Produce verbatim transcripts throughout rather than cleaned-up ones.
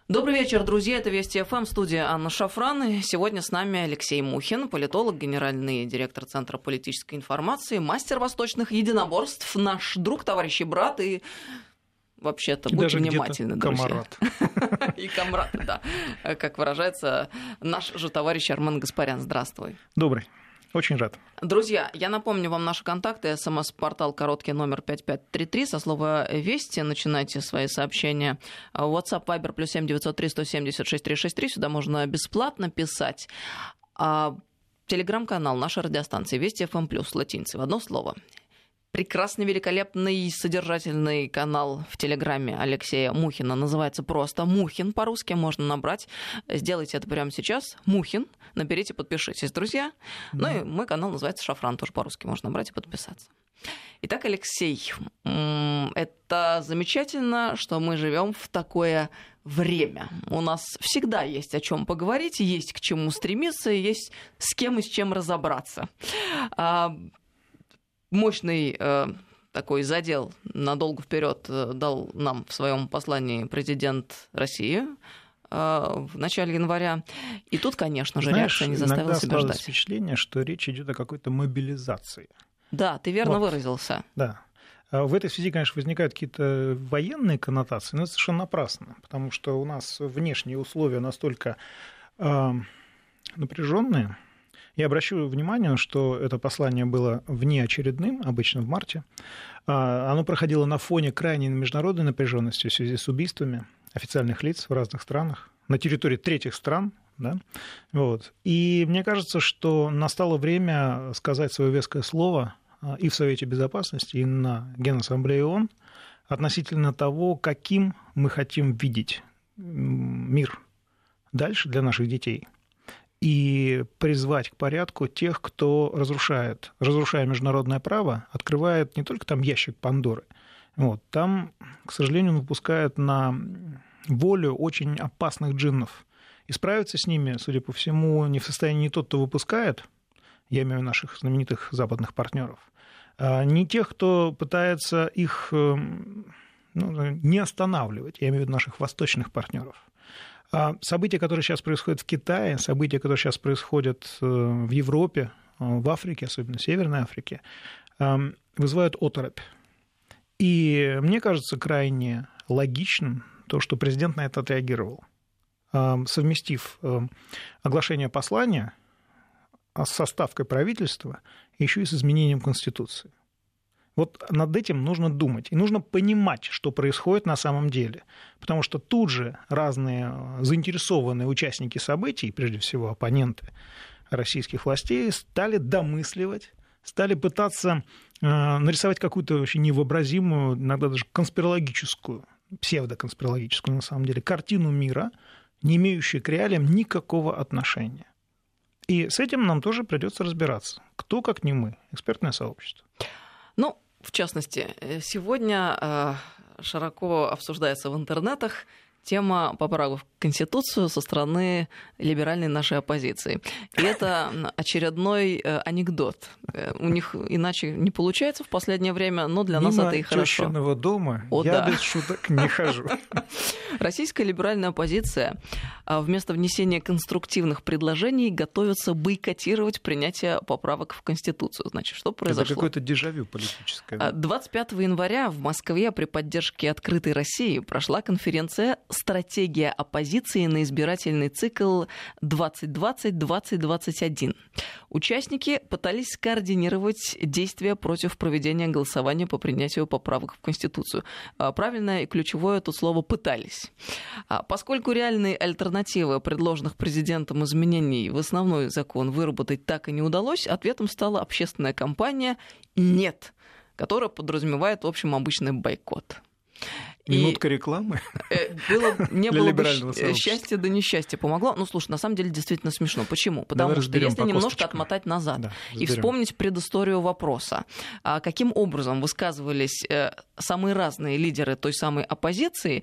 Добрый вечер, друзья. Это Вести ФМ, студия Анна Шафран. И сегодня с нами Алексей Мухин, политолог, генеральный директор Центра политической информации, мастер восточных единоборств, наш друг, товарищ и брат, и вообще-то будьте внимательны, друзья. Камрад. И камрад, да. Как выражается наш же товарищ Армен Гаспарян. Здравствуй. Добрый. Очень рад. Друзья, я напомню вам наши контакты. СМС-портал короткий номер пять пять три три. Со слова «Вести» начинайте свои сообщения. WhatsApp, Viber, плюс семь девятьсот три сто семьдесят шесть триста шестьдесят три. Сюда можно бесплатно писать. А телеграм-канал нашей радиостанции «Вести ФМ плюс» латиницей в одно слово. Прекрасный, великолепный, содержательный канал в Телеграме Алексея Мухина. Называется просто «Мухин». По-русски можно набрать. Сделайте это прямо сейчас. «Мухин». Наберите, подпишитесь, друзья. Да. Ну и мой канал называется «Шафран». Тоже по-русски можно набрать и подписаться. Итак, Алексей, это замечательно, что мы живем в такое время. У нас всегда есть о чем поговорить, есть к чему стремиться, есть с кем и с чем разобраться. Мощный э, такой задел надолго вперед дал нам в своем послании президент России э, в начале января. И тут, конечно же, Знаешь, реакция не заставила себя ждать. Иногда впечатление, что речь идет о какой-то мобилизации. Да, ты верно вот. выразился. Да. В этой связи, конечно, возникают какие-то военные коннотации, но это совершенно напрасно, потому что у нас внешние условия настолько э, напряженные. Я обращу внимание, что это послание было внеочередным, обычно в марте. Оно проходило на фоне крайней международной напряженности в связи с убийствами официальных лиц в разных странах, на территории третьих стран. Да? Вот. И мне кажется, что настало время сказать свое веское слово и в Совете Безопасности, и на Генассамблее ООН относительно того, каким мы хотим видеть мир дальше для наших детей. И призвать к порядку тех, кто разрушает, разрушая международное право, открывает не только там ящик Пандоры, вот, там, к сожалению, выпускают на волю очень опасных джиннов. И справиться с ними, судя по всему, не в состоянии не тот, кто выпускает, я имею в виду наших знаменитых западных партнеров, а не тех, кто пытается их ну, не останавливать, я имею в виду наших восточных партнеров. События, которые сейчас происходят в Китае, события, которые сейчас происходят в Европе, в Африке, особенно в Северной Африке, вызывают оторопь. И мне кажется крайне логичным то, что президент на это отреагировал, совместив оглашение послания со ставкой правительства еще и с изменением Конституции. Вот над этим нужно думать. И нужно понимать, что происходит на самом деле. Потому что тут же разные заинтересованные участники событий, прежде всего оппоненты российских властей, стали домысливать, стали пытаться нарисовать какую-то вообще невообразимую, иногда даже конспирологическую, псевдоконспирологическую на самом деле, картину мира, не имеющую к реалиям никакого отношения. И с этим нам тоже придется разбираться. Кто, как не мы, экспертное сообщество. Ну, в частности, сегодня широко обсуждается в интернетах тема поправок в Конституцию со стороны либеральной нашей оппозиции. И это очередной анекдот. У них иначе не получается в последнее время, но для Мимо нас это и хорошо. Мимо тещиного дома О, я да. без шуток не хожу. Российская либеральная оппозиция вместо внесения конструктивных предложений готовится бойкотировать принятие поправок в Конституцию. Значит, что произошло? Это какое-то дежавю политическое. двадцать пятого января в Москве при поддержке «Открытой России» прошла конференция «Стратегия оппозиции на избирательный цикл двадцать двадцать - двадцать двадцать один». Участники пытались координировать действия против проведения голосования по принятию поправок в Конституцию. Правильное и ключевое тут слово «пытались». Поскольку реальные альтернативы предложенных президентом изменений в основной закон выработать так и не удалось, ответом стала общественная кампания «Нет», которая подразумевает, в общем, обычный бойкот. Минутка и рекламы. Было, не было бы счастья, да несчастье помогло. Ну, слушай, на самом деле действительно смешно. Почему? Потому Давай что если немножко отмотать назад да, и вспомнить предысторию вопроса, каким образом высказывались самые разные лидеры той самой оппозиции,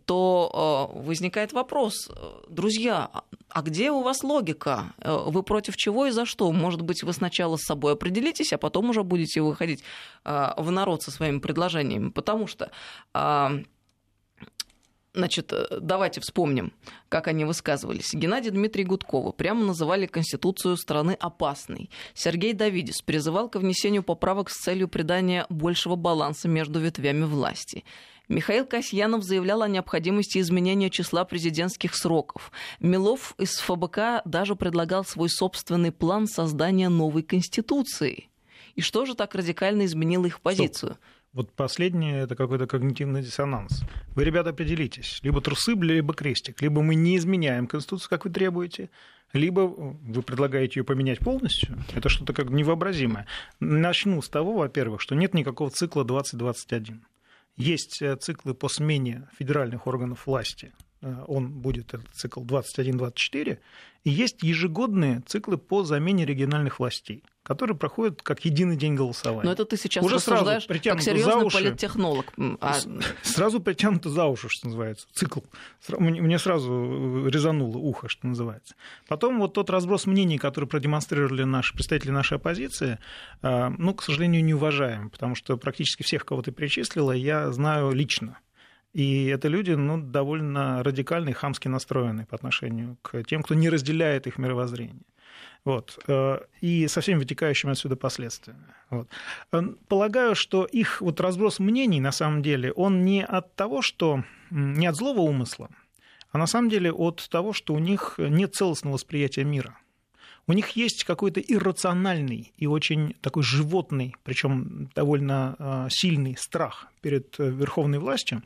то возникает вопрос, друзья, а где у вас логика? Вы против чего и за что? Может быть, вы сначала с собой определитесь, а потом уже будете выходить в народ со своими предложениями. Потому что Значит, давайте вспомним, как они высказывались. Геннадий Дмитрий Гудкова прямо называли Конституцию страны опасной. Сергей Давидис призывал к внесению поправок с целью придания большего баланса между ветвями власти. Михаил Касьянов заявлял о необходимости изменения числа президентских сроков. Милов из ФБК даже предлагал свой собственный план создания новой Конституции. И что же так радикально изменило их позицию? Стоп. Вот последнее — это какой-то когнитивный диссонанс. Вы, ребята, определитесь. Либо трусы, либо крестик. Либо мы не изменяем Конституцию, как вы требуете, либо вы предлагаете ее поменять полностью. Это что-то как невообразимое. Начну с того, во-первых, что нет никакого цикла двадцать двадцать один. Есть циклы по смене федеральных органов власти. Он будет, этот цикл, двадцать один двадцать четыре. И есть ежегодные циклы по замене региональных властей, которые проходят как единый день голосования. Но это ты сейчас уже рассуждаешь как серьезный политтехнолог. А... Сразу притянуто за уши, что называется, цикл. Мне сразу резануло ухо, что называется. Потом вот тот разброс мнений, который продемонстрировали наши представители нашей оппозиции, ну, к сожалению, не уважаем, потому что практически всех, кого ты перечислила, я знаю лично. И это люди, ну, довольно радикально и хамски настроенные по отношению к тем, кто не разделяет их мировоззрение. Вот. И со всеми вытекающими отсюда последствиями. Вот. Полагаю, что их вот разброс мнений, на самом деле, он не от того, что... не от злого умысла, а на самом деле от того, что у них нет целостного восприятия мира. У них есть какой-то иррациональный и очень такой животный, причем довольно сильный страх перед верховной властью,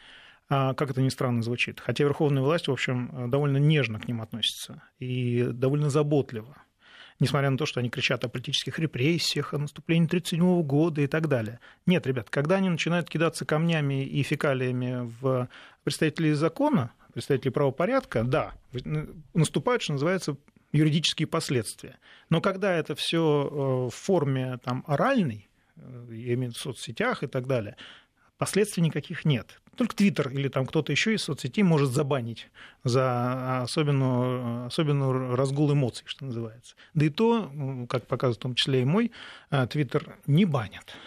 как это ни странно звучит. Хотя верховная власть, в общем, довольно нежно к ним относится и довольно заботливо, несмотря на то, что они кричат о политических репрессиях, о наступлении тысяча девятьсот тридцать седьмого года и так далее. Нет, ребят, когда они начинают кидаться камнями и фекалиями в представителей закона, представителей правопорядка, да, наступают, что называется, юридические последствия. Но когда это все в форме там, оральной, я имею в виду в соцсетях и так далее, последствий никаких нет. Только Твиттер или там кто-то еще из соцсетей может забанить за особенную, особенную разгул эмоций, что называется. Да и то, как показывает в том числе и мой, Твиттер не банят.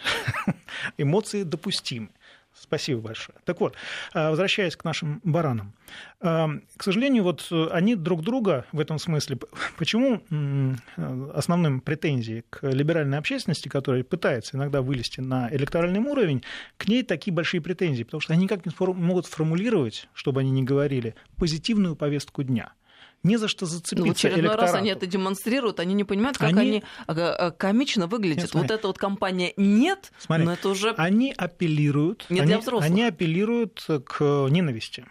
Эмоции допустимы. Спасибо большое. Так вот, возвращаясь к нашим баранам. К сожалению, вот они друг друга в этом смысле... Почему основным претензией к либеральной общественности, которая пытается иногда вылезти на электоральный уровень, к ней такие большие претензии? Потому что они никак не могут сформулировать, чтобы они не говорили, позитивную повестку дня. Не за что зацепиться электорату. Ну, в очередной раз они это демонстрируют, они не понимают, как они, они комично выглядят. Нет, вот эта вот компания «нет», смотри, но это уже... Они апеллируют, не они, для взрослых. Они апеллируют к ненависти.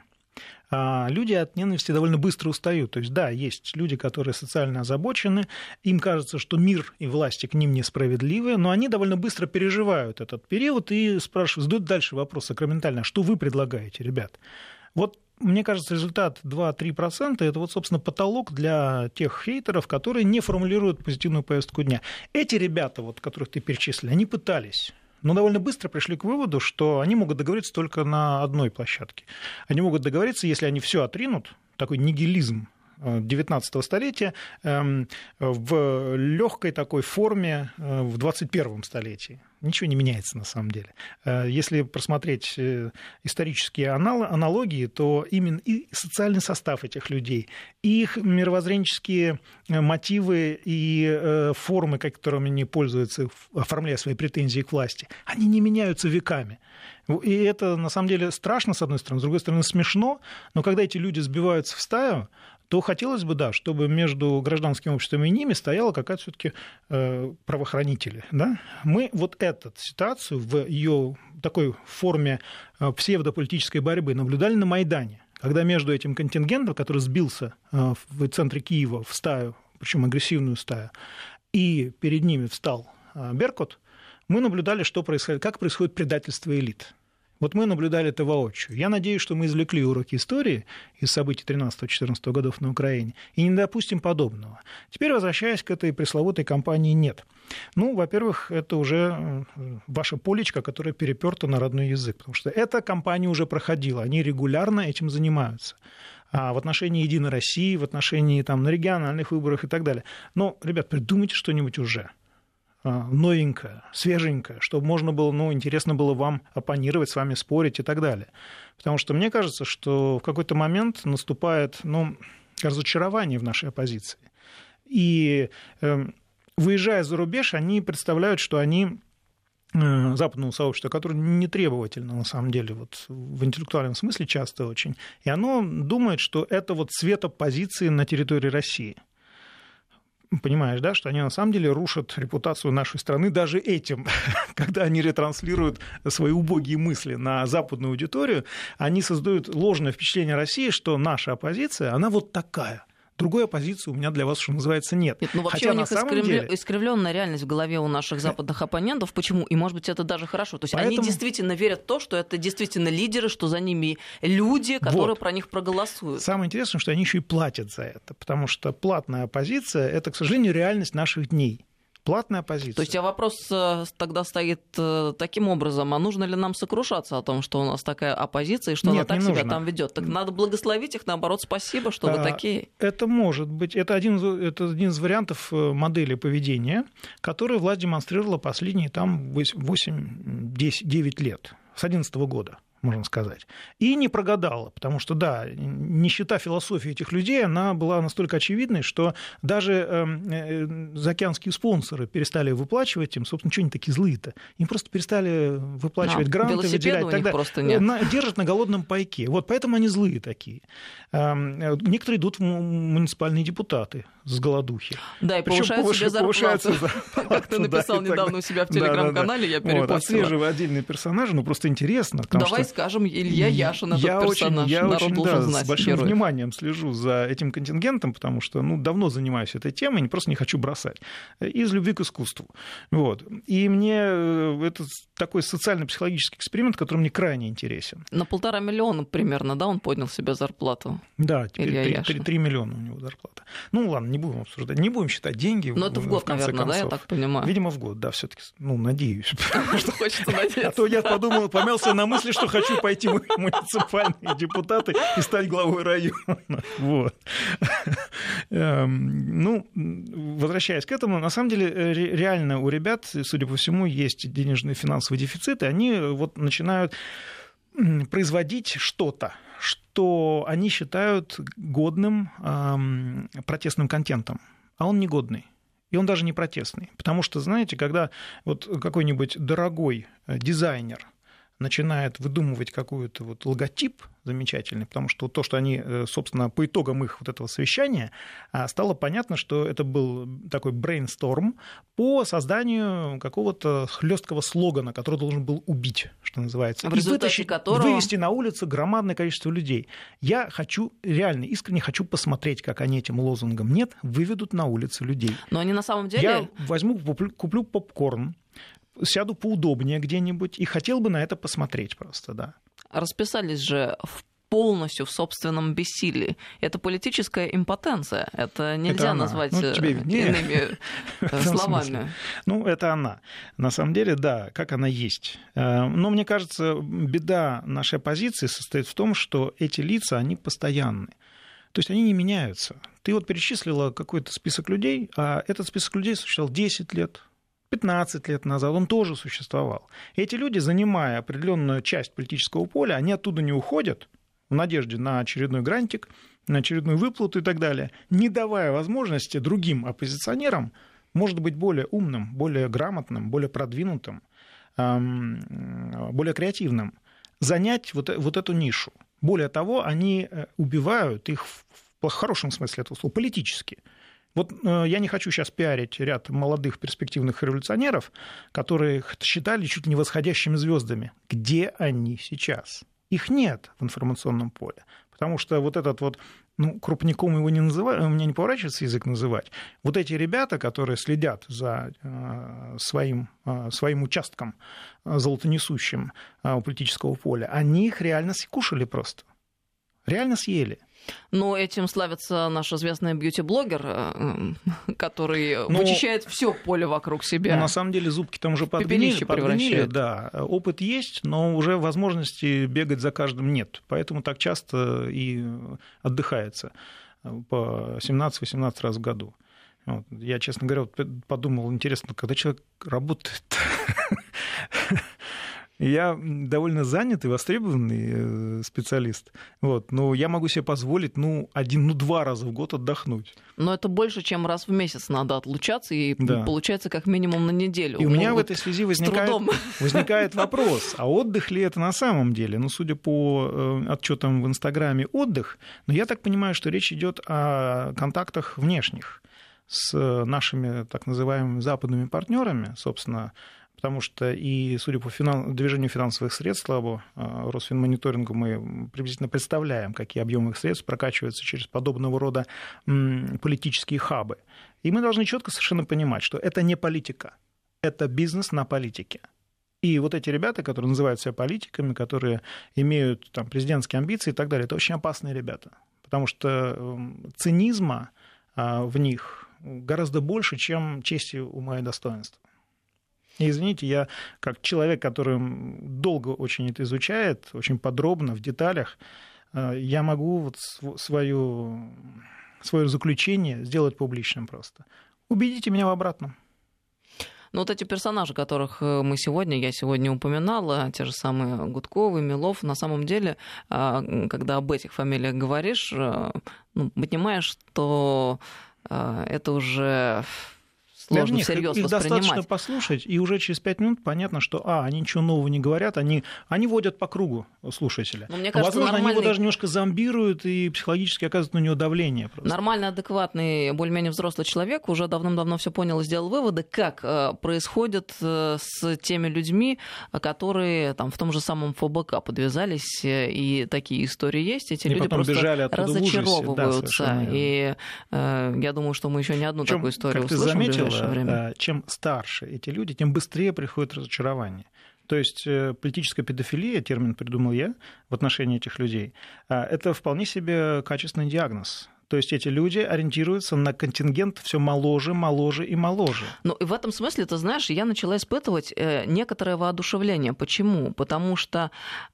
Люди от ненависти довольно быстро устают. То есть, да, есть люди, которые социально озабочены, им кажется, что мир и власти к ним несправедливы, но они довольно быстро переживают этот период и спрашивают, задают дальше вопрос сакраментально, что вы предлагаете, ребят? Вот мне кажется, результат два-три процента – это, вот, собственно, потолок для тех хейтеров, которые не формулируют позитивную повестку дня. Эти ребята, вот, которых ты перечислил, они пытались, но довольно быстро пришли к выводу, что они могут договориться только на одной площадке. Они могут договориться, если они все отринут, такой нигилизм девятнадцатого столетия, в легкой такой форме в двадцать первом столетии. Ничего не меняется на самом деле. Если просмотреть исторические аналогии, то именно и социальный состав этих людей, и их мировоззренческие мотивы и формы, которыми они пользуются, оформляя свои претензии к власти, они не меняются веками. И это, на самом деле, страшно, с одной стороны, с другой стороны, смешно, но когда эти люди сбиваются в стаю, то хотелось бы, да, чтобы между гражданским обществом и ними стояла какая-то все-таки э, правоохранители. Да? Мы вот эту ситуацию в ее такой форме э, псевдополитической борьбы наблюдали на Майдане, когда между этим контингентом, который сбился э, в центре Киева в стаю, причем агрессивную стаю, и перед ними встал э, Беркут, мы наблюдали, что происходит, как происходит предательство элит. Вот мы наблюдали это воочию. Я надеюсь, что мы извлекли уроки истории из событий тринадцатого-четырнадцатого годов на Украине и не допустим подобного. Теперь, возвращаясь к этой пресловутой кампании «Нет». Ну, во-первых, это уже ваша полечка, которая переперта на родной язык, потому что эта кампания уже проходила, они регулярно этим занимаются. А в отношении «Единой России», в отношении там, на региональных выборах и так далее. Но, ребят, придумайте что-нибудь уже. новенькое, свеженькое, чтобы можно было, ну, интересно было вам оппонировать, с вами спорить и так далее. Потому что мне кажется, что в какой-то момент наступает, ну, разочарование в нашей оппозиции. И э, выезжая за рубеж, они представляют, что они э, западного сообщества, которое не требовательно, на самом деле, вот, в интеллектуальном смысле часто очень, и оно думает, что это вот цвет оппозиции на территории России. Понимаешь, да, что они на самом деле рушат репутацию нашей страны даже этим, когда они ретранслируют свои убогие мысли на западную аудиторию, они создают ложное впечатление России, что наша оппозиция, она вот такая. Другой оппозиции у меня для вас, что называется, нет. Нет, ну вообще Хотя у них самом искривлё... деле... искривленная реальность в голове у наших западных оппонентов. Почему? И, может быть, это даже хорошо. То есть Поэтому... они действительно верят в то, что это действительно лидеры, что за ними люди, которые вот. Про них проголосуют. Самое интересное, что они еще и платят за это, потому что платная оппозиция – это, к сожалению, реальность наших дней. Платная оппозиция. То есть а вопрос тогда стоит таким образом, а нужно ли нам сокрушаться о том, что у нас такая оппозиция, и что Нет, она так себя нужно. Там ведет? Так надо благословить их, наоборот, спасибо, что а, вы такие. Это может быть. Это один, это один из вариантов модели поведения, который власть демонстрировала последние там, восемь-девять лет, с две тысячи одиннадцатого года. Можно сказать. И не прогадала, потому что, да, нищета философии этих людей, она была настолько очевидной, что даже э, заокеанские спонсоры перестали выплачивать им, собственно, что они такие злые-то? Им просто перестали выплачивать а, гранты, выделять. Тогда просто нет. Держат на голодном пайке. Вот поэтому они злые такие. Э, некоторые идут в муниципальные депутаты с голодухи. Да, и повышают себе зарплату. Как ты написал недавно у себя в телеграм-канале, я перепостила. Отслеживая отдельные персонажи, ну просто интересно. Давай скажем, Илья Яшин, этот я персонаж, очень, я народ очень, должен да, знать. с большим героев. вниманием слежу за этим контингентом, потому что ну, давно занимаюсь этой темой, просто не хочу бросать. Из любви к искусству. Вот. И мне это такой социально-психологический эксперимент, который мне крайне интересен. На полтора миллиона примерно, да, он поднял себе зарплату? Да, теперь три миллиона у него зарплата. Ну ладно, не будем обсуждать, не будем считать деньги. Но это в год, наверное, да, я так понимаю? Видимо, в год, да, все-таки, ну, надеюсь. Что хочется надеяться. А то я подумал, помялся на мысли, что хочу пойти в муниципальные депутаты и стать главой района. Вот. Ну, возвращаясь к этому, на самом деле реально у ребят, судя по всему, есть денежные финансовые дефициты, они вот начинают производить что-то, что они считают годным протестным контентом, а он негодный. И он даже не протестный. Потому что, знаете, когда вот какой-нибудь дорогой дизайнер начинает выдумывать какой-то вот логотип замечательный, потому что то, что они, собственно, по итогам их вот этого совещания, стало понятно, что это был такой брейнсторм по созданию какого-то хлесткого слогана, который должен был убить, что называется, в и вытащить, которого... вывести на улицу громадное количество людей. Я хочу, реально, искренне хочу посмотреть, как они этим лозунгом «нет» выведут на улицы людей. Но они на самом деле... Я возьму, куплю, куплю попкорн, сяду поудобнее где-нибудь и хотел бы на это посмотреть просто, да. Расписались же в полностью в собственном бессилии. Это политическая импотенция. Это нельзя это назвать ну, иными словами. Ну, это она. На самом деле, да, как она есть. Но мне кажется, беда нашей оппозиции состоит в том, что эти лица, они постоянны. То есть они не меняются. Ты вот перечислила какой-то список людей, а этот список людей существовал десять лет, пятнадцать лет назад, он тоже существовал. Эти люди, занимая определенную часть политического поля, они оттуда не уходят в надежде на очередной грантик, на очередную выплату и так далее, не давая возможности другим оппозиционерам, может быть, более умным, более грамотным, более продвинутым, более креативным, занять вот, вот эту нишу. Более того, они убивают их в хорошем смысле этого слова политически. Вот я не хочу сейчас пиарить ряд молодых перспективных революционеров, которые считали чуть ли не восходящими звездами. Где они сейчас? Их нет в информационном поле. Потому что вот этот вот, ну, крупником его не называют, у меня не поворачивается язык называть. Вот эти ребята, которые следят за своим, своим участком золотонесущим у политического поля, они их реально кушали просто. Реально съели. Но этим славится наш известный бьюти-блогер, который ну, вычищает все поле вокруг себя. Ну, на самом деле зубки там уже подгнили, подгнили, да. Опыт есть, но уже возможности бегать за каждым нет. Поэтому так часто и отдыхается по семнадцать-восемнадцать раз в году. Вот. Я, честно говоря, вот подумал, интересно, когда человек работает... Я довольно занятый, востребованный специалист, вот, но я могу себе позволить ну, один, ну, два раза в год отдохнуть. Но это больше, чем раз в месяц надо отлучаться, и да. получается как минимум на неделю. И у меня вот в этой связи возникает, возникает вопрос, а отдых ли это на самом деле? Ну, судя по отчетам в Инстаграме, отдых, но я так понимаю, что речь идет о контактах внешних с нашими так называемыми западными партнерами, собственно, потому что и, судя по финан... движению финансовых средств, слабо Росфинмониторингу, мы приблизительно представляем, какие объемы их средств прокачиваются через подобного рода политические хабы. И мы должны четко совершенно понимать, что это не политика, это бизнес на политике. И вот эти ребята, которые называют себя политиками, которые имеют там, президентские амбиции и так далее, это очень опасные ребята, потому что цинизма в них гораздо больше, чем чести, ума и достоинства. И, извините, я как человек, который долго очень это изучает, очень подробно, в деталях, я могу вот свое, свое заключение сделать публичным просто. Убедите меня в обратном. Ну, вот эти персонажи, которых мы сегодня, я сегодня упоминала, те же самые Гудковы, Милов, на самом деле, когда об этих фамилиях говоришь, ну, понимаешь, что это уже... сложно всерьез их воспринимать. Достаточно послушать, и уже через пять минут понятно, что, а, они ничего нового не говорят, они, они водят по кругу слушателя. Но мне кажется, возможно, нормальный... они его даже немножко зомбируют и психологически оказывают на него давление. Просто. Нормально адекватный, более-менее взрослый человек уже давным-давно все понял и сделал выводы, как происходит с теми людьми, которые там, в том же самом ФБК подвязались, и такие истории есть. Эти и люди просто разочаровываются. Да, и э, я думаю, что мы еще не одну Причем, такую историю услышим в ближайшее время. Чем старше эти люди, тем быстрее приходит разочарование. То есть политическая педофилия, термин придумал я в отношении этих людей, это вполне себе качественный диагноз. То есть эти люди ориентируются на контингент все моложе, моложе и моложе. Ну и в этом смысле, ты знаешь, я начала испытывать некоторое воодушевление. Почему? Потому что,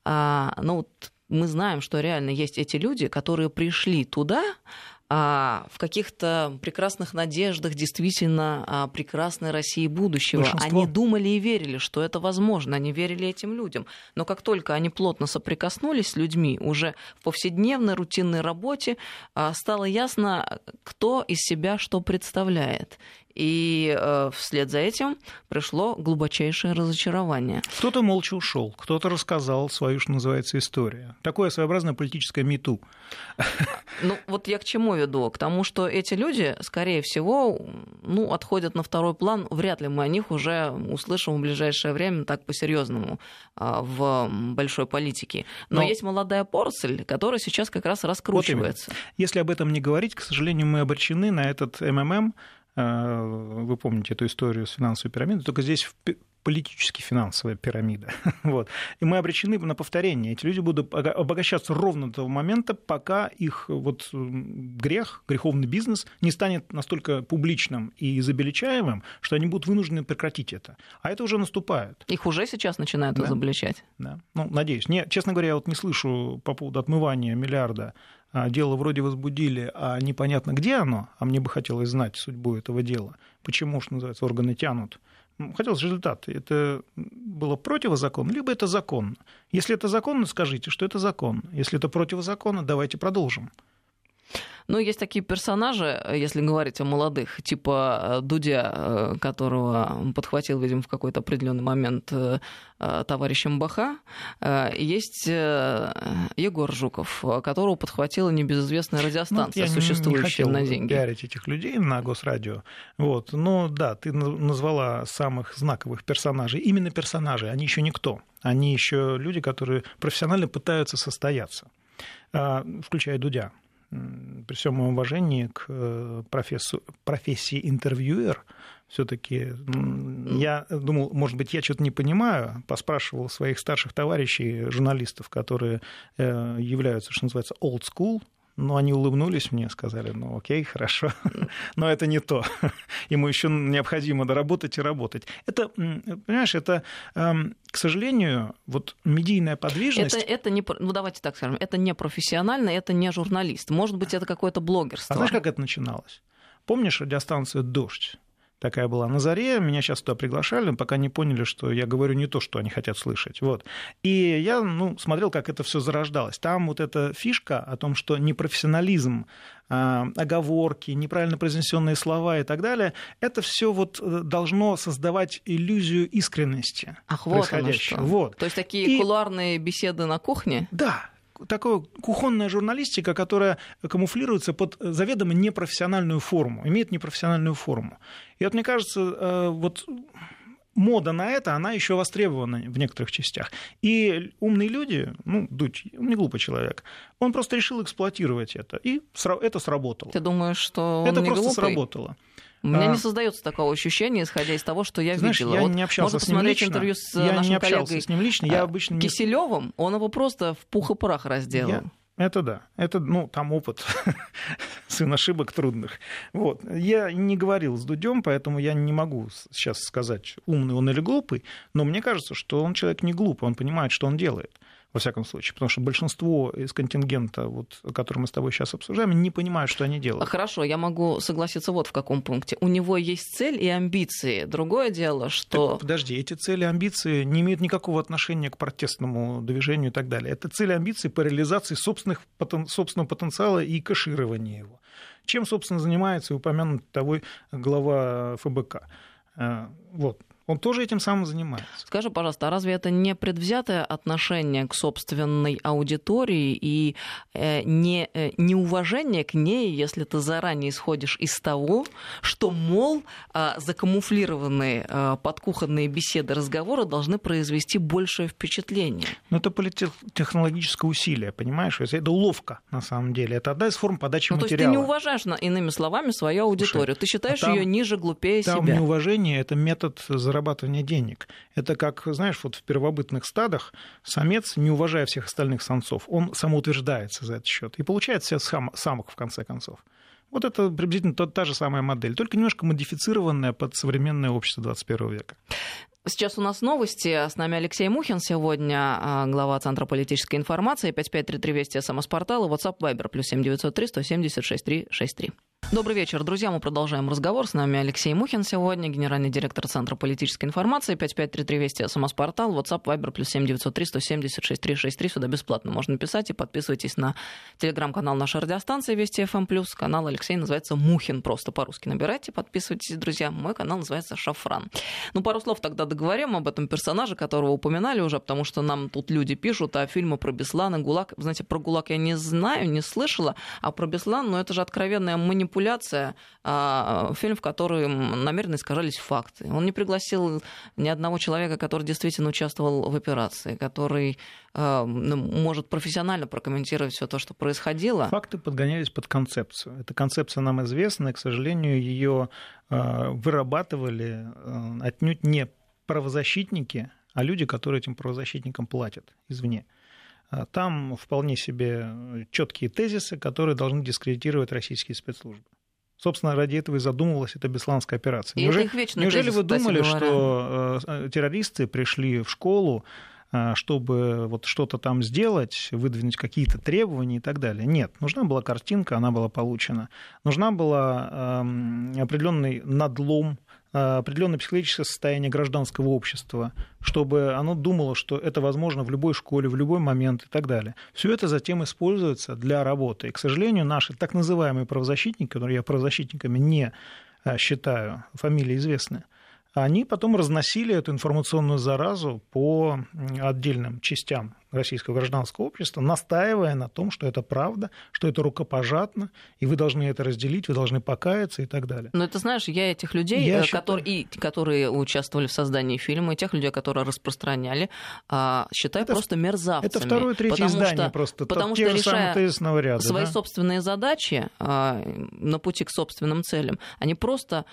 ну, мы знаем, что реально есть эти люди, которые пришли туда, в каких-то прекрасных надеждах действительно прекрасной России будущего. Большинство. Они думали и верили, что это возможно, они верили этим людям. Но как только они плотно соприкоснулись с людьми, уже в повседневной рутинной работе стало ясно, кто из себя что представляет. И э, вслед за этим пришло глубочайшее разочарование. Кто-то молча ушел, кто-то рассказал свою, что называется, историю. Такое своеобразное политическое мету. Ну, вот я к чему веду? К тому, что эти люди, скорее всего, ну, отходят на второй план. Вряд ли мы о них уже услышим в ближайшее время так по-серьезному в большой политике. Но, Но есть молодая поросль, которая сейчас как раз раскручивается. Вот если об этом не говорить, к сожалению, мы обречены на этот эм эм эм. Вы помните эту историю с финансовой пирамидой, только здесь политически-финансовая пирамида. Вот. И мы обречены на повторение. Эти люди будут обогащаться ровно до того момента, пока их вот грех, греховный бизнес не станет настолько публичным и изобличаемым, что они будут вынуждены прекратить это. А это уже наступает. Их уже сейчас начинают да. изобличать. Да. Ну, надеюсь. Не, честно говоря, я вот не слышу по поводу отмывания миллиарда. Дело вроде возбудили, а непонятно, где оно, а мне бы хотелось знать судьбу этого дела. Почему, что называется, органы тянут. Хотелось результат. Это было противозаконно, либо это законно. Если это законно, скажите, что это законно. Если это противозаконно, давайте продолжим. Ну, есть такие персонажи, если говорить о молодых, типа Дудя, которого подхватил, видимо, в какой-то определенный момент товарищ Мбаха. Есть Егор Жуков, которого подхватила небезызвестная радиостанция, ну, существующая на деньги. Я не хотел пиарить этих людей на Госрадио. Вот. Но да, ты назвала самых знаковых персонажей. Именно персонажи, они еще никто. Они еще люди, которые профессионально пытаются состояться, включая Дудя. При всем моем уважении к профессии интервьюер, все-таки я думал, может быть, я что-то не понимаю, поспрашивал своих старших товарищей, журналистов, которые являются, что называется, old school, но они улыбнулись мне, сказали, ну окей, хорошо, но это не то. Ему еще необходимо доработать и работать. Это, понимаешь, это, к сожалению, вот медийная подвижность... Это, это не, ну давайте так скажем, это не профессионально, это не журналист. Может быть, это какое-то блогерство. А знаешь, как это начиналось? Помнишь радиостанцию «Дождь»? Такая была на заре, меня сейчас туда приглашали, пока не поняли, что я говорю не то, что они хотят слышать. Вот. И я ну, смотрел, как это все зарождалось. Там вот эта фишка о том, что непрофессионализм, оговорки, неправильно произнесенные слова и так далее, это все вот должно создавать иллюзию искренности Ах, происходящего. Вот, вот. То есть такие и... кулуарные беседы на кухне? Да. Такая кухонная журналистика, которая камуфлируется под заведомо непрофессиональную форму, имеет непрофессиональную форму. И вот мне кажется, вот мода на это, она еще востребована в некоторых частях. И умные люди, ну, Дудь, он не глупый человек, он просто решил эксплуатировать это, и это сработало. Ты думаешь, что он это не просто глупый? сработало. У меня а... не создается такого ощущения, исходя из того, что я Знаешь, видела. я вот не общался можно с ним посмотреть лично. интервью с я нашим не общался коллегой с ним лично. Я обычно Киселёвым, он его просто в пух и прах разделал. Я... Это да. Это, ну, там опыт, сын ошибок трудных. Вот. Я не говорил с Дудем, поэтому я не могу сейчас сказать, умный он или глупый, но мне кажется, что он человек не глупый, он понимает, что он делает. Во всяком случае, потому что большинство из контингента, вот, который мы с тобой сейчас обсуждаем, не понимают, что они делают. Хорошо, я могу согласиться вот в каком пункте. У него есть цель и амбиции. Другое дело, что... Так, подожди, эти цели и амбиции не имеют никакого отношения к протестному движению и так далее. Это цели и амбиции по реализации собственных, собственного потенциала и кэшированию его. Чем, собственно, занимается упомянутый тобой глава эф бэ ка. Вот. Он тоже этим самым занимается. Скажи, пожалуйста, а разве это не предвзятое отношение к собственной аудитории и э, не, э, неуважение к ней, если ты заранее исходишь из того, что, мол, э, закамуфлированные э, подкухонные беседы, разговоры должны произвести большее впечатление? Ну, это политтехнологическое усилие, понимаешь? Это уловка, на самом деле. Это одна из форм подачи ну, материала. То есть ты не уважаешь, иными словами, свою аудиторию. Слушай, ты считаешь а там, ее ниже, глупее там себя. Там неуважение – это метод зарабатывания денег. Это как, знаешь, вот в первобытных стадах самец, не уважая всех остальных самцов, он самоутверждается за этот счет и получает себе сам, самок в конце концов. Вот это приблизительно та, та же самая модель, только немножко модифицированная под современное общество двадцать первого века. Сейчас у нас новости. С нами Алексей Мухин сегодня, глава Центра политической информации. пять пять три три Вести, СМС-портал и WhatsApp Viber, плюс семь девятьсот три сто семьдесят шесть три шесть три. Добрый вечер, друзья. Мы продолжаем разговор. С нами Алексей Мухин сегодня, генеральный директор Центра политической информации. пять пять три три Вести, СМС-портал, WhatsApp Viber, плюс семь девятьсот три сто семьдесят шесть три шесть три. Сюда бесплатно можно писать. И подписывайтесь на телеграм-канал нашей радиостанции Вести эф эм плюс. Канал Алексей называется Мухин. Просто по-русски набирайте, подписывайтесь, друзья. Мой канал называется Шафран. Ну, пару слов тогда договорим об этом персонаже, которого упоминали уже, потому что нам тут люди пишут, а фильмы про Беслана, ГУЛАГ. Знаете, про ГУЛАГ я не знаю, не слышала, а про Беслан, ну, это же откровенная манипуляция. Фильм, в котором намеренно искажались факты. Он не пригласил ни одного человека, который действительно участвовал в операции, который может профессионально прокомментировать все то, что происходило. Факты подгонялись под концепцию. Эта концепция нам известна, и, к сожалению, ее вырабатывали отнюдь не правозащитники, а люди, которые этим правозащитникам платят извне. Там вполне себе четкие тезисы, которые должны дискредитировать российские спецслужбы. Собственно, ради этого и задумывалась эта бесланская операция. И Неужели, неужели тезис, вы думали, говоря. что террористы пришли в школу, чтобы вот что-то там сделать, выдвинуть какие-то требования и так далее? Нет, нужна была картинка, она была получена. Нужна была определенный надлом, определенное психологическое состояние гражданского общества, чтобы оно думало, что это возможно в любой школе, в любой момент и так далее. Все это затем используется для работы. И, к сожалению, наши так называемые правозащитники, которые я правозащитниками не считаю, фамилии известны, они потом разносили эту информационную заразу по отдельным частям российского гражданского общества, настаивая на том, что это правда, что это рукопожатно, и вы должны это разделить, вы должны покаяться и так далее. Но ты знаешь, я этих людей, я которые, считаю... и, которые участвовали в создании фильма, и тех людей, которые распространяли, считаю это, просто мерзавцами. Это второе, третье издание что, просто. Потому те что, же самые тезисного ряда, свои да? собственные задачи на пути к собственным целям, они просто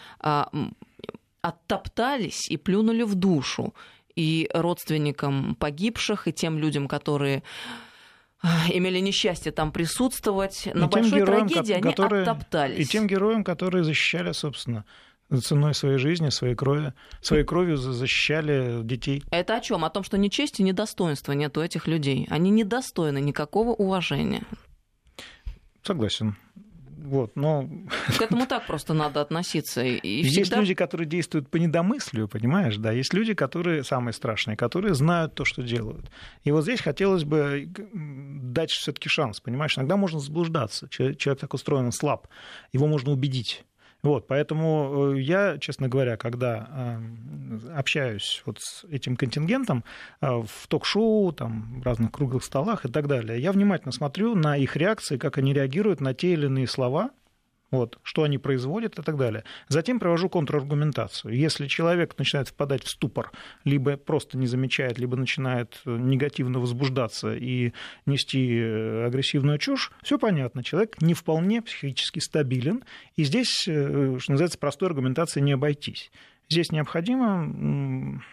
оттоптались и плюнули в душу и родственникам погибших, и тем людям, которые имели несчастье там присутствовать. На большой героям, трагедии они которые, оттоптались. И тем героям, которые защищали, собственно, ценой своей жизни, своей крови, своей кровью защищали детей. Это о чем? О том, что ни чести, ни достоинства нет у этих людей. Они недостойны никакого уважения. Согласен. Вот, но... К этому так просто надо относиться. И есть всегда... люди, которые действуют по недомыслию, понимаешь, да, есть люди, которые самые страшные, которые знают то, что делают. И вот здесь хотелось бы дать все-таки шанс, понимаешь, иногда можно заблуждаться, человек так устроен, он слаб, его можно убедить. Вот, поэтому я, честно говоря, когда общаюсь вот с этим контингентом в ток-шоу, там, в разных круглых столах и так далее, я внимательно смотрю на их реакции, как они реагируют на те или иные слова, вот, что они производят и так далее. Затем провожу контраргументацию. Если человек начинает впадать в ступор, либо просто не замечает, либо начинает негативно возбуждаться и нести агрессивную чушь, все понятно, человек не вполне психически стабилен, и здесь, что называется, простой аргументацией не обойтись. Здесь необходимо...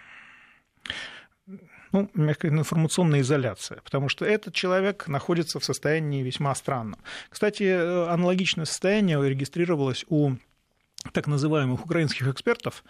ну, мягко говоря, информационная изоляция, потому что этот человек находится в состоянии весьма странном. Кстати, аналогичное состояние регистрировалось у так называемых украинских экспертов,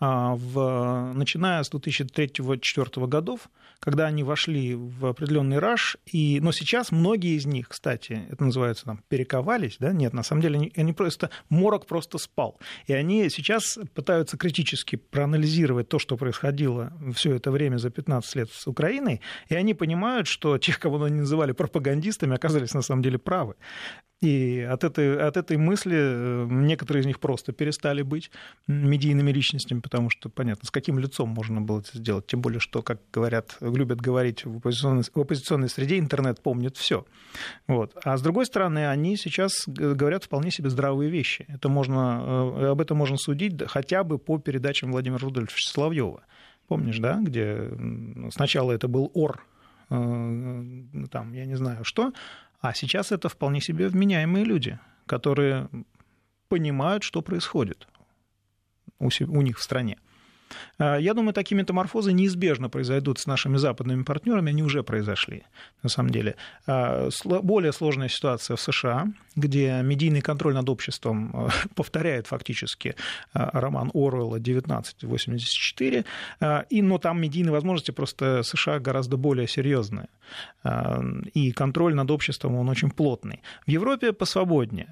в, начиная с две тысячи третьего — две тысячи четвёртого годов, когда они вошли в определенный раж, и, но сейчас многие из них, кстати, это называется там, перековались, да? Нет, на самом деле они, они просто, морок просто спал, и они сейчас пытаются критически проанализировать то, что происходило все это время за пятнадцать лет с Украиной, и они понимают, что тех, кого они называли пропагандистами, оказались на самом деле правы. И от этой, от этой мысли некоторые из них просто перестали быть медийными личностями, потому что, понятно, с каким лицом можно было это сделать. Тем более, что, как говорят, любят говорить в оппозиционной, в оппозиционной среде, интернет помнит все. Вот. А с другой стороны, они сейчас говорят вполне себе здравые вещи. Это можно, об этом можно судить хотя бы по передачам Владимира Рудольфовича Соловьева. Помнишь, да, где сначала это был ор, там, я не знаю что, а сейчас это вполне себе вменяемые люди, которые понимают, что происходит у них в стране. Я думаю, такие метаморфозы неизбежно произойдут с нашими западными партнерами, они уже произошли, на самом деле. Более сложная ситуация в США, где медийный контроль над обществом повторяет фактически роман Оруэлла «девятнадцать восемьдесят четыре», и, но там медийные возможности просто США гораздо более серьезные, и контроль над обществом, он очень плотный. В Европе посвободнее,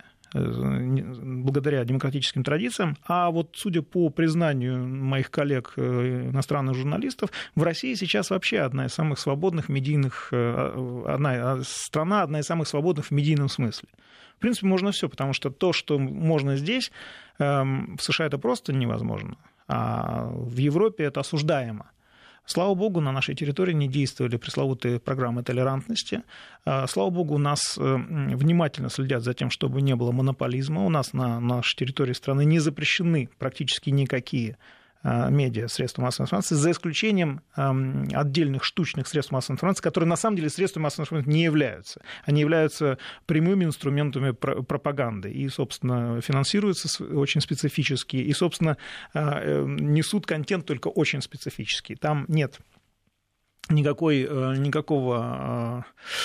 благодаря демократическим традициям, а вот судя по признанию моих коллег иностранных журналистов, в России сейчас вообще одна из самых свободных медийных, одна страна, одна из самых свободных в медийном смысле. В принципе, можно все, потому что то, что можно здесь, в США это просто невозможно, а в Европе это осуждаемо. Слава богу, на нашей территории не действовали пресловутые программы толерантности. Слава богу, у нас внимательно следят за тем, чтобы не было монополизма. У нас на нашей территории страны не запрещены практически никакие медиа, средства массовой информации, за исключением отдельных штучных средств массовой информации, которые на самом деле средствами массовой информации не являются. Они являются прямыми инструментами пропаганды и, собственно, финансируются очень специфически, и, собственно, несут контент только очень специфический. Там нет никакой, никакого,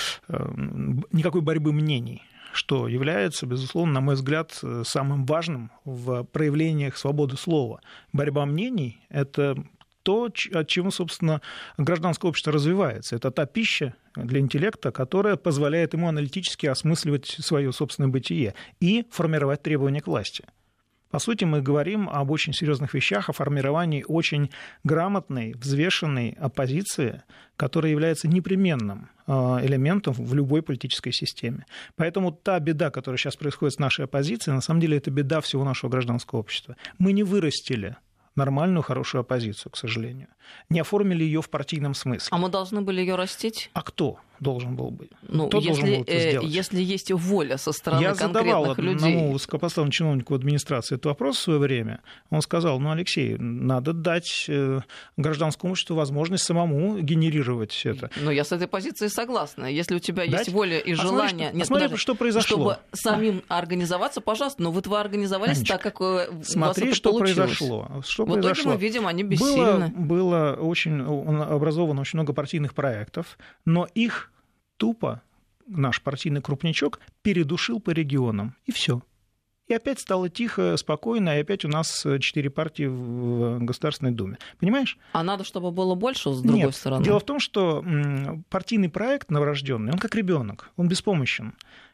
никакой борьбы мнений, что является, безусловно, на мой взгляд, самым важным в проявлениях свободы слова. Борьба мнений – это то, от чего, собственно, гражданское общество развивается. Это та пища для интеллекта, которая позволяет ему аналитически осмысливать свое собственное бытие и формировать требования к власти. По сути, мы говорим об очень серьезных вещах, о формировании очень грамотной, взвешенной оппозиции, которая является непременным элементом в любой политической системе. Поэтому та беда, которая сейчас происходит с нашей оппозицией, на самом деле это беда всего нашего гражданского общества. Мы не вырастили нормальную, хорошую оппозицию, к сожалению. Не оформили ее в партийном смысле. А мы должны были ее растить? А кто должен был бы? Ну, кто если, должен был это сделать? Если есть воля со стороны Я конкретных людей. Я задавал одному высокопоставленному чиновнику администрации этот вопрос в свое время. Он сказал: ну, Алексей, надо дать гражданскому обществу возможность самому генерировать это. Ну, я с этой позицией согласна. Если у тебя дать? есть воля и а желание... Смотри, Нет, смотри подожди, что произошло. Чтобы самим организоваться, пожалуйста, но вот вы организовались Анечка, так, как у смотри, вас это что получилось. произошло. Что в произошло? итоге мы видим, они бессильны. Было, было очень образовано очень много партийных проектов, но их тупо наш партийный крупничок передушил по регионам, и все. И опять стало тихо, спокойно, и опять у нас четыре партии в Государственной Думе. Понимаешь? А надо, чтобы было больше, с другой Нет. стороны? Дело в том, что партийный проект новорожденный, он как ребенок, он беспомощен.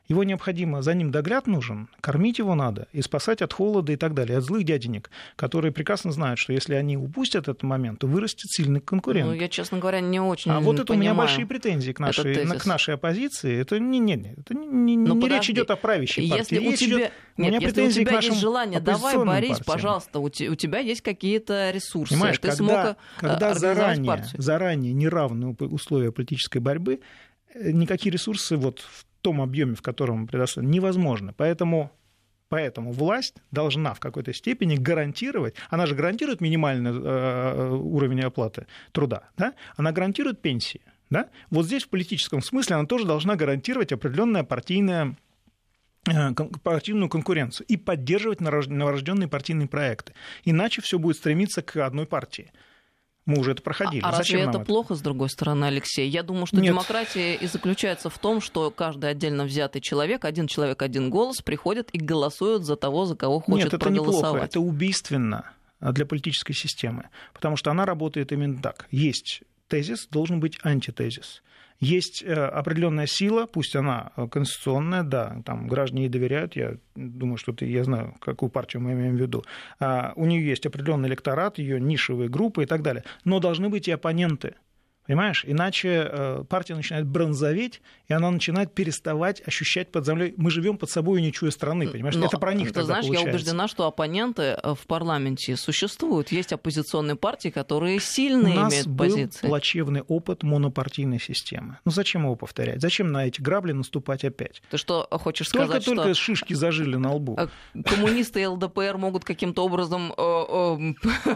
Его необходимо, за ним догляд нужен, кормить его надо и спасать от холода и так далее, от злых дяденек, которые прекрасно знают, что если они упустят этот момент, то вырастет сильный конкурент. Ну, я, честно говоря, не очень А вот это у меня понимаю большие претензии к нашей, к нашей оппозиции. Это не, не, не, это не, не подожди. Речь идет о правящей партии. Если у тебя, идет... нет, у меня если претензии у тебя к нашим есть желание, давай борись, партиям. пожалуйста, у тебя есть какие-то ресурсы. Понимаешь, ты когда, смог когда заранее, заранее неравные условия политической борьбы, никакие ресурсы вот в том объеме, в котором предоставлены, невозможно. Поэтому, поэтому власть должна в какой-то степени гарантировать, она же гарантирует минимальный э, уровень оплаты труда, да? Она гарантирует пенсии. Да? Вот здесь в политическом смысле она тоже должна гарантировать определенное партийное партийную конкуренцию и поддерживать новорожденные партийные проекты. Иначе все будет стремиться к одной партии. Мы уже это проходили. А, а Зачем разве нам это плохо, с другой стороны, Алексей? Я думаю, что Нет. демократия и заключается в том, что каждый отдельно взятый человек, один человек, один голос, приходит и голосует за того, за кого хочет Нет, это проголосовать. неплохо, это убийственно для политической системы, потому что она работает именно так. Есть тезис, должен быть антитезис. Есть определенная сила, пусть она конституционная, да, там граждане ей доверяют, я думаю, что ты, я знаю, какую партию мы имеем в виду. У нее есть определенный электорат, ее нишевые группы и так далее, но должны быть и оппоненты. Понимаешь? Иначе партия начинает бронзоветь, и она начинает переставать ощущать под землей. Мы живем под собой, не чуя страны, понимаешь? Но, это про них ты тогда знаешь, получается. Я убеждена, что оппоненты в парламенте существуют. Есть оппозиционные партии, которые сильные имеют позиции. У нас был плачевный опыт монопартийной системы. Ну зачем его повторять? Зачем на эти грабли наступать опять? Ты что хочешь только, сказать, только что... Только шишки зажили на лбу. Коммунисты и ЛДПР могут каким-то образом в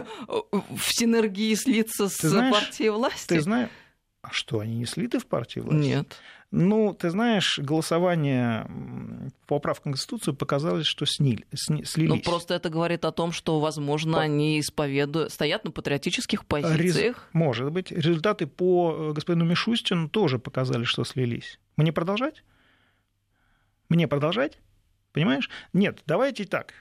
синергии слиться с партией власти? Ты знаешь... А что, они не слиты в партии власти? Нет. Ну, ты знаешь, голосование по поправкам в Конституцию показалось, что снили, слились. Ну, просто это говорит о том, что, возможно, по... они исповедуют, стоят на патриотических позициях. Рез... Может быть. Результаты по господину Мишустину тоже показали, что слились. Мне продолжать? Мне продолжать? Понимаешь? Нет, давайте так.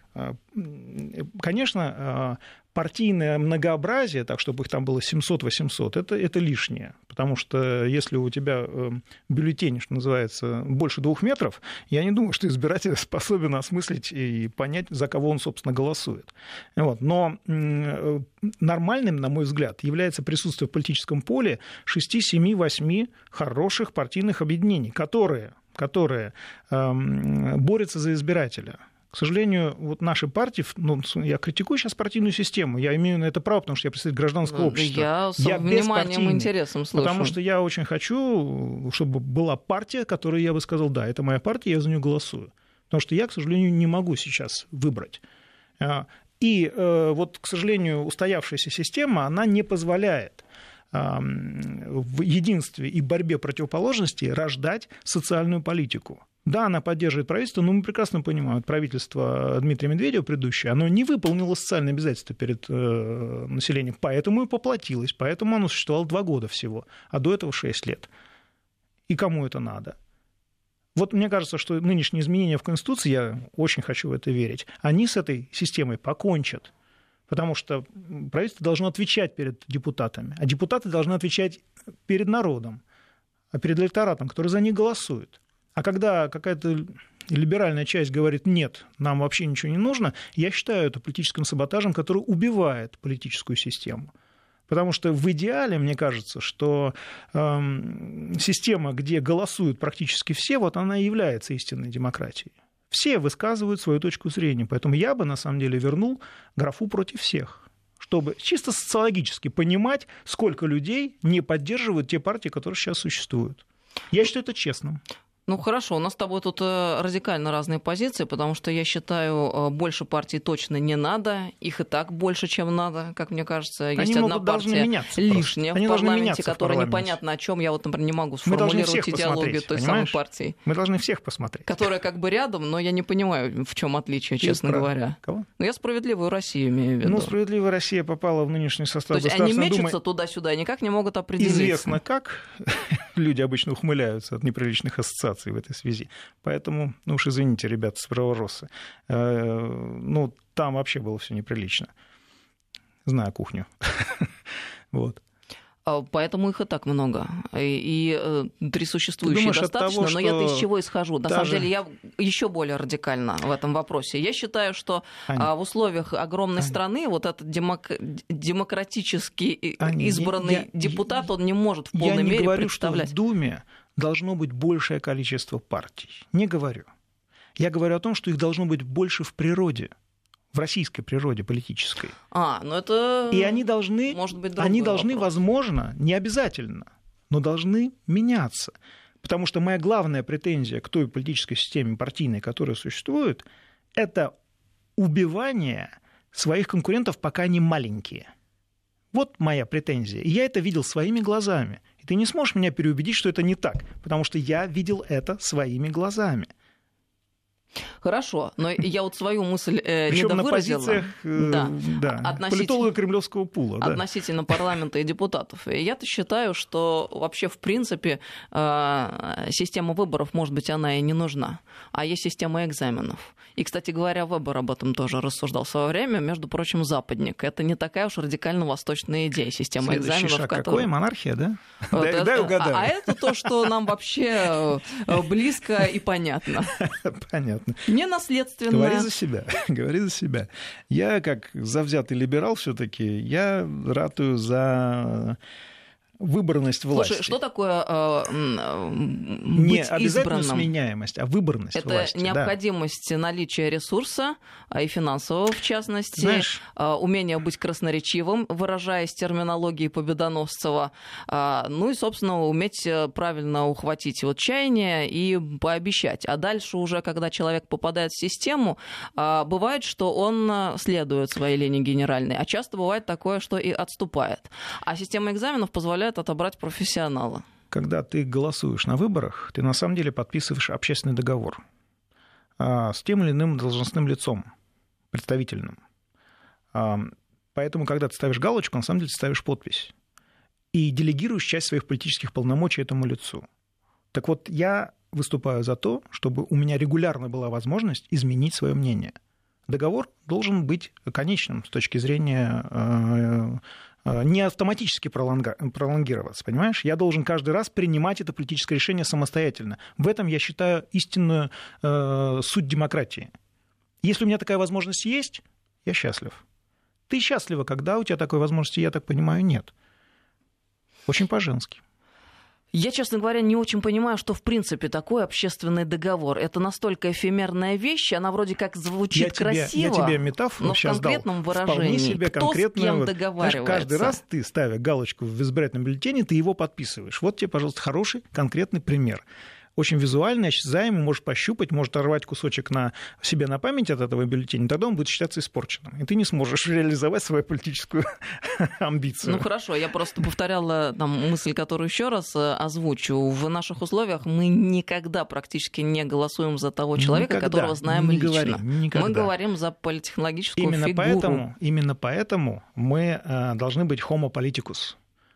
Конечно, партийное многообразие, так чтобы их там было семьсот-восемьсот, это, это лишнее. Потому что если у тебя бюллетень, что называется, больше двух метров, я не думаю, что избиратель способен осмыслить и понять, за кого он, собственно, голосует. Вот. Но нормальным, на мой взгляд, является присутствие в политическом поле шести, семи, восьми хороших партийных объединений, которые... которые э, борются за избирателя. К сожалению, вот наши партии, ну, я критикую сейчас партийную систему, я имею на это право, потому что я представитель гражданского общества. Я с я вниманием и интересом слушаю. Потому что я очень хочу, чтобы была партия, которая, я бы сказал, да, это моя партия, я за нее голосую. Потому что я, к сожалению, не могу сейчас выбрать. И вот, к сожалению, устоявшаяся система, она не позволяет в единстве и борьбе противоположностей рождать социальную политику. Да, она поддерживает правительство, но мы прекрасно понимаем, правительство Дмитрия Медведева предыдущее, оно не выполнило социальные обязательства перед э, населением, поэтому и поплатилось, поэтому оно существовало два года всего, а до этого шесть лет. И кому это надо? Вот мне кажется, что нынешние изменения в Конституции, я очень хочу в это верить, они с этой системой покончат. Потому что правительство должно отвечать перед депутатами, а депутаты должны отвечать перед народом, а перед электоратом, который за них голосует. А когда какая-то либеральная часть говорит «нет, нам вообще ничего не нужно», я считаю это политическим саботажем, который убивает политическую систему. Потому что в идеале, мне кажется, что э, система, где голосуют практически все, вот она и является истинной демократией. Все высказывают свою точку зрения, поэтому я бы, на самом деле, вернул графу «против всех», чтобы чисто социологически понимать, сколько людей не поддерживают те партии, которые сейчас существуют. Я считаю это честным. Ну хорошо, у нас с тобой тут радикально разные позиции, потому что я считаю, больше партий точно не надо, их и так больше, чем надо, как мне кажется. Есть Они одна партия лишняя в парламенте, которая непонятно о чем. Я вот, например, не могу сформулировать идеологию той самой партии. Мы должны всех посмотреть. Которая как бы рядом, но я не понимаю, в чем отличие, честно Есть говоря. Кого? Ну, я «Справедливую Россию» имею в виду. Ну, «Справедливая Россия» попала в нынешний состав Государственной Думы. То есть они мечутся Думы... туда-сюда и никак не могут определиться. Известно как. Люди обычно ухмыляются от неприличных ассоциаций в этой связи. Поэтому, ну уж извините, ребята, справороссы. Ну, там вообще было все неприлично. Знаю кухню. Вот. Поэтому их и так много. И, и три существующие думаешь, достаточно, того, но я-то из чего исхожу? На даже... самом деле я еще более радикальна в этом вопросе. Я считаю, что Аня, в условиях огромной Аня, страны вот этот демок... демократически Аня, избранный я, депутат, он не может в полной мере представлять. Я не говорю, что в Думе должно быть большее количество партий. Не говорю. Я говорю о том, что их должно быть больше в природе. В российской природе политической. А, ну это и они должны, может быть, они должны, вопрос. возможно, не обязательно, но должны меняться. Потому что моя главная претензия к той политической системе партийной, которая существует, это убивание своих конкурентов, пока они маленькие. Вот моя претензия. И я это видел своими глазами. И ты не сможешь меня переубедить, что это не так, потому что я видел это своими глазами. Хорошо, но я вот свою мысль э, недовыразила. На позициях э, да. Да, относительно... политолога кремлевского пула. Да. Относительно парламента и депутатов. И я-то считаю, что вообще, в принципе, э, система выборов, может быть, она и не нужна. А есть система экзаменов. И, кстати говоря, Вебер об этом тоже рассуждал в свое время. Между прочим, западник. Это не такая уж радикально восточная идея, система Следующий экзаменов. шаг который... какой? Монархия, да? Вот дай, это... дай угадаю. А, а это то, что нам вообще близко и понятно. Понятно. Не наследственное. Говори за себя. Говори за себя. Я, как завзятый либерал, все-таки я ратую за выборность власти. Слушай, что такое э, быть Не обязательно избранным? Сменяемость, а выборность это власти. Это необходимость да. наличия ресурса, и финансового, в частности, Знаешь, умение быть красноречивым, выражаясь терминологией Победоносцева, ну и, собственно, уметь правильно ухватить вот чаяние и пообещать. А дальше уже, когда человек попадает в систему, бывает, что он следует своей линии генеральной, а часто бывает такое, что и отступает. А система экзаменов позволяет отобрать профессионала. Когда ты голосуешь на выборах, ты на самом деле подписываешь общественный договор с тем или иным должностным лицом, представительным. Поэтому, когда ты ставишь галочку, на самом деле ты ставишь подпись и делегируешь часть своих политических полномочий этому лицу. Так вот, я выступаю за то, чтобы у меня регулярно была возможность изменить свое мнение. Договор должен быть конечным с точки зрения не автоматически пролонгироваться, понимаешь? Я должен каждый раз принимать это политическое решение самостоятельно. В этом я считаю истинную э, суть демократии. Если у меня такая возможность есть, я счастлив. Ты счастлива, когда у тебя такой возможности, я так понимаю, нет. Очень по-женски. Я, честно говоря, не очень понимаю, что в принципе такой общественный договор. Это настолько эфемерная вещь, она вроде как звучит я красиво, тебе, я тебе метафору но в конкретном дал. выражении. Себе кто с кем вот, договаривается? Знаешь, каждый раз ты, ставя галочку в избирательном бюллетене, ты его подписываешь. Вот тебе, пожалуйста, хороший конкретный пример. Очень визуально, осязаемый, можешь пощупать, может оторвать кусочек на себе на память от этого бюллетеня, тогда он будет считаться испорченным. И ты не сможешь реализовать свою политическую амбицию. Ну хорошо, я просто повторяла там, мысль, которую еще раз озвучу. В наших условиях мы никогда практически не голосуем за того человека, никогда, которого знаем не лично. Говорим, мы говорим за политтехнологическую именно фигуру. Поэтому, именно поэтому мы э, должны быть homo politicus.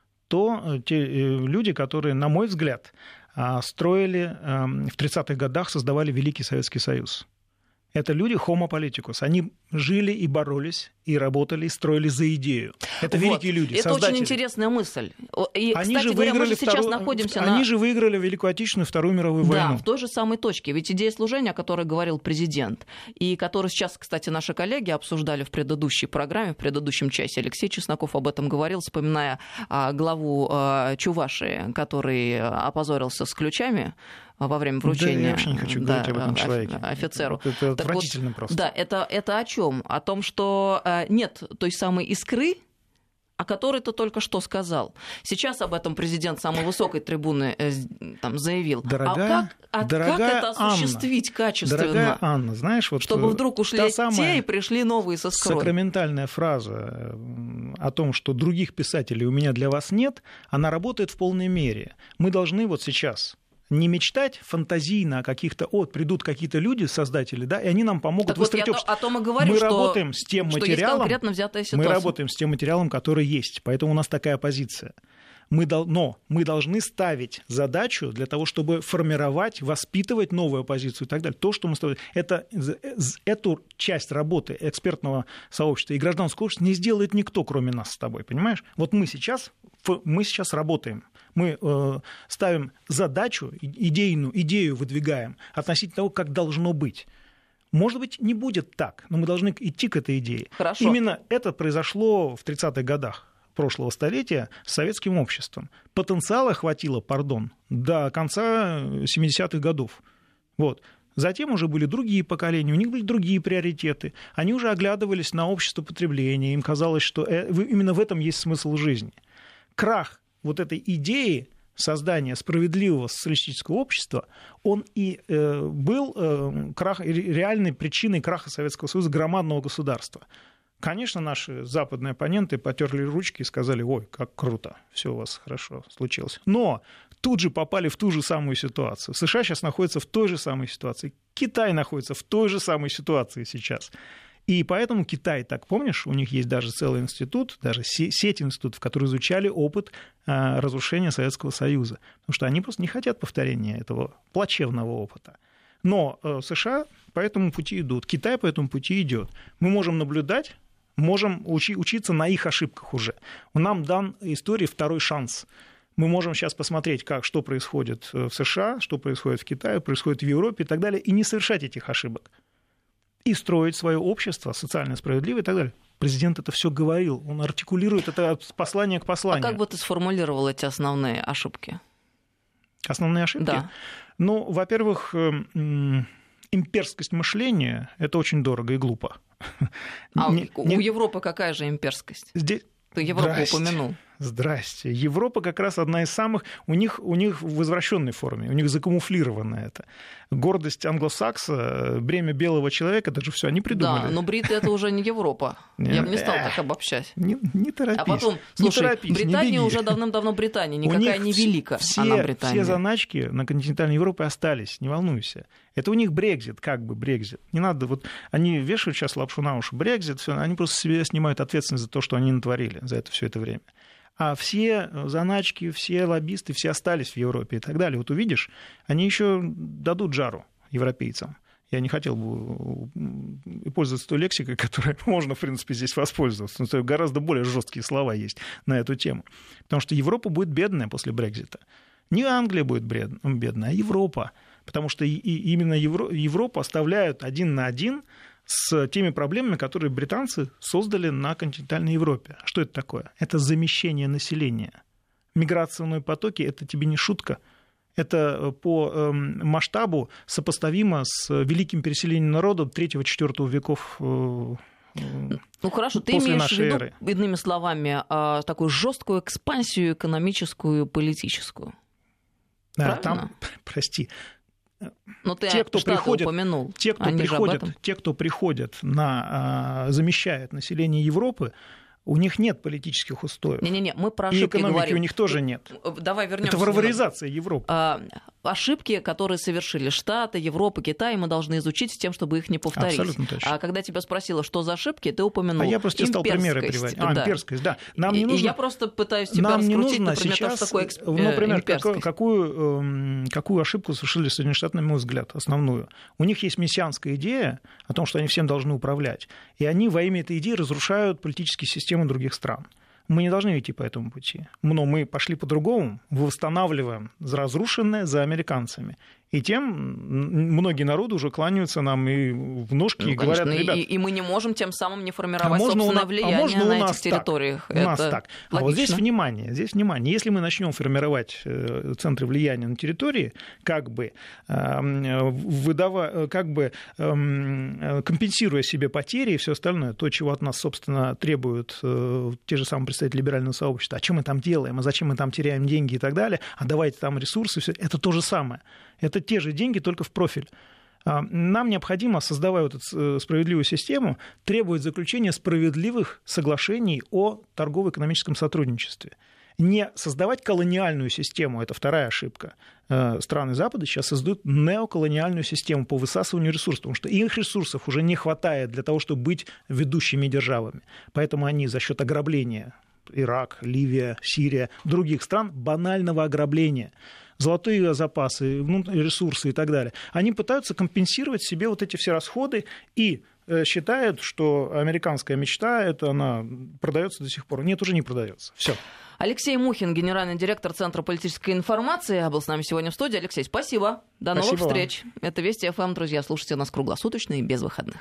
То те э, люди, которые, на мой взгляд, строили в тридцатых годах, создавали Великий Советский Союз. Это люди homo politicus. Они жили и боролись, и работали, и строили за идею. Это вот. Великие люди, это создатели. Очень интересная мысль. И, они кстати же говоря, мы же сейчас вторую... находимся они на... же выиграли Великую Отечественную, Вторую мировую да, войну. Да, в той же самой точке. Ведь идея служения, о которой говорил президент, и которую сейчас, кстати, наши коллеги обсуждали в предыдущей программе, в предыдущем часе, Алексей Чесноков об этом говорил, вспоминая а, главу а, Чувашии, который опозорился с ключами во время вручения, да, я вообще не хочу да, говорить об этом человеке. Офицеру. Это, это отвратительно вот, просто. Да, это, это о чем? О том, что э, нет той самой искры, о которой ты только что сказал. Сейчас об этом президент самой высокой трибуны э, там, заявил. Дорогая, а как, а дорогая как это осуществить Анна, качественно? Дорогая Анна, знаешь, вот чтобы вдруг ушли те самая и пришли новые со искрой. Сакраментальная фраза о том, что других писателей у меня для вас нет, она работает в полной мере. Мы должны вот сейчас... не мечтать фантазийно о каких-то, вот, придут какие-то люди, создатели, да, и они нам помогут так выстроить вот общество. О том и говорю, мы что, работаем с тем что материалом, есть конкретно взятая ситуация. мы работаем с тем материалом, который есть, поэтому у нас такая позиция. Мы дол- но мы должны ставить задачу для того, чтобы формировать, воспитывать новую оппозицию и так далее. То, что мы ставим, это, эту часть работы экспертного сообщества и гражданского общества не сделает никто, кроме нас с тобой, понимаешь? Вот мы сейчас, мы сейчас работаем, мы э, ставим задачу, идейную, идею выдвигаем относительно того, как должно быть. Может быть, не будет так, но мы должны идти к этой идее. Хорошо. Именно это произошло в тридцатых годах прошлого столетия с советским обществом. Потенциала хватило, пардон, до конца семидесятых годов. Вот. Затем уже были другие поколения, у них были другие приоритеты. Они уже оглядывались на общество потребления, им казалось, что именно в этом есть смысл жизни. Крах вот этой идеи создания справедливого социалистического общества, он и э, был э, крах, реальной причиной краха Советского Союза, громадного государства. Конечно, наши западные оппоненты потерли ручки и сказали: ой, как круто, все у вас хорошо случилось. Но тут же попали в ту же самую ситуацию. США сейчас находятся в той же самой ситуации. Китай находится в той же самой ситуации сейчас. И поэтому Китай, так помнишь, у них есть даже целый институт, даже сеть институтов, которые изучали опыт разрушения Советского Союза. Потому что они просто не хотят повторения этого плачевного опыта. Но США по этому пути идут, Китай по этому пути идет. Мы можем наблюдать, можем учи, учиться на их ошибках уже. Нам дан истории второй шанс. Мы можем сейчас посмотреть, как, что происходит в США, что происходит в Китае, происходит в Европе и так далее, и не совершать этих ошибок. И строить свое общество социально справедливое и так далее. Президент это все говорил, он артикулирует это от послания к посланию. А как бы ты сформулировал эти основные ошибки? Основные ошибки? Да. Ну, во-первых, имперскость мышления – это очень дорого и глупо. А не, у не... Европы какая же имперскость? Здесь... Ты Европу Здрасте. упомянул. Здрасте. Европа как раз одна из самых... У них, у них в извращенной форме, у них закамуфлировано это. Гордость англосакса, бремя белого человека, это же все они придумали. Да, но бриты это уже не Европа. Я бы не стал так обобщать. Не, не торопись. А потом, слушай, не торопись, Британия уже давным-давно Британия, никакая не велика все, она Британия. Все заначки на континентальной Европе остались, не волнуйся. Это у них Брексит, как бы Брексит. Не надо, вот они вешают сейчас лапшу на уши. Брексит, все, они просто себе снимают ответственность за то, что они натворили за это все это время. А все заначки, все лоббисты, все остались в Европе и так далее. Вот увидишь, они еще дадут жару европейцам. Я не хотел бы пользоваться той лексикой, которой можно, в принципе, здесь воспользоваться. Но гораздо более жесткие слова есть на эту тему. Потому что Европа будет бедная после Брексита. Не Англия будет бедная, а Европа. Потому что именно Европу оставляют один на один с теми проблемами, которые британцы создали на континентальной Европе. Что это такое? Это замещение населения. Миграционные потоки – это тебе не шутка. Это по масштабу сопоставимо с великим переселением народа третьего-четвёртого веков. Ну хорошо, ты имеешь в виду, эры. Иными словами, такую жесткую экспансию экономическую и политическую. Да, там, прости. Но ты те, кто приходят, упомянул. Те, кто приходят, те, кто приходят на, замещают население Европы, у них нет политических устоев. Не-не-не, мы про ошибки говорим. И экономики говорим. У них тоже нет. Давай вернемся. Это варваризация Европы. А, ошибки, которые совершили Штаты, Европа, Китай, мы должны изучить с тем, чтобы их не повторить. Абсолютно точно. А когда тебя спросила, что за ошибки, ты упомянул. А я просто стал примеры приводить. А, да. имперскость, да. Нам не нужно... И я просто пытаюсь тебя Нам раскрутить, не нужно например, сейчас... то, что такое эксп... Ну, например, какую, какую, какую ошибку совершили Соединенные Штаты, на мой взгляд, основную. У них есть мессианская идея о том, что они всем должны управлять. И они во имя этой идеи разрушают политические системы других стран. Мы не должны идти по этому пути. Но мы пошли по-другому, восстанавливаем разрушенное за американцами. И тем многие народы уже кланяются нам и в ножки ну, и говорят, конечно, ребят... И, и мы не можем тем самым не формировать а собственное у, влияние а можно на у нас этих территориях. Так, у нас Это так. логично. А вот здесь внимание, здесь внимание. Если мы начнем формировать центры влияния на территории, как бы, выдавая, как бы компенсируя себе потери и все остальное, то, чего от нас, собственно, требуют те же самые представители либерального сообщества, а что мы там делаем, а зачем мы там теряем деньги и так далее, а давайте там ресурсы, все это то же самое. Это те же деньги, только в профиль. Нам необходимо, создавая вот эту справедливую систему, требовать заключения справедливых соглашений о торгово-экономическом сотрудничестве. Не создавать колониальную систему, это вторая ошибка. Страны Запада сейчас создают неоколониальную систему по высасыванию ресурсов, потому что их ресурсов уже не хватает для того, чтобы быть ведущими державами. Поэтому они за счет ограбления Ирак, Ливия, Сирия, других стран банального ограбления. Золотые запасы, ресурсы и так далее. Они пытаются компенсировать себе вот эти все расходы и считают, что американская мечта, это она продается до сих пор. Нет, уже не продается. Все. Алексей Мухин, генеральный директор Центра политической информации, был с нами сегодня в студии. Алексей, спасибо. До спасибо новых встреч. Вам. Это Вести ФМ, друзья. Слушайте нас круглосуточно и без выходных.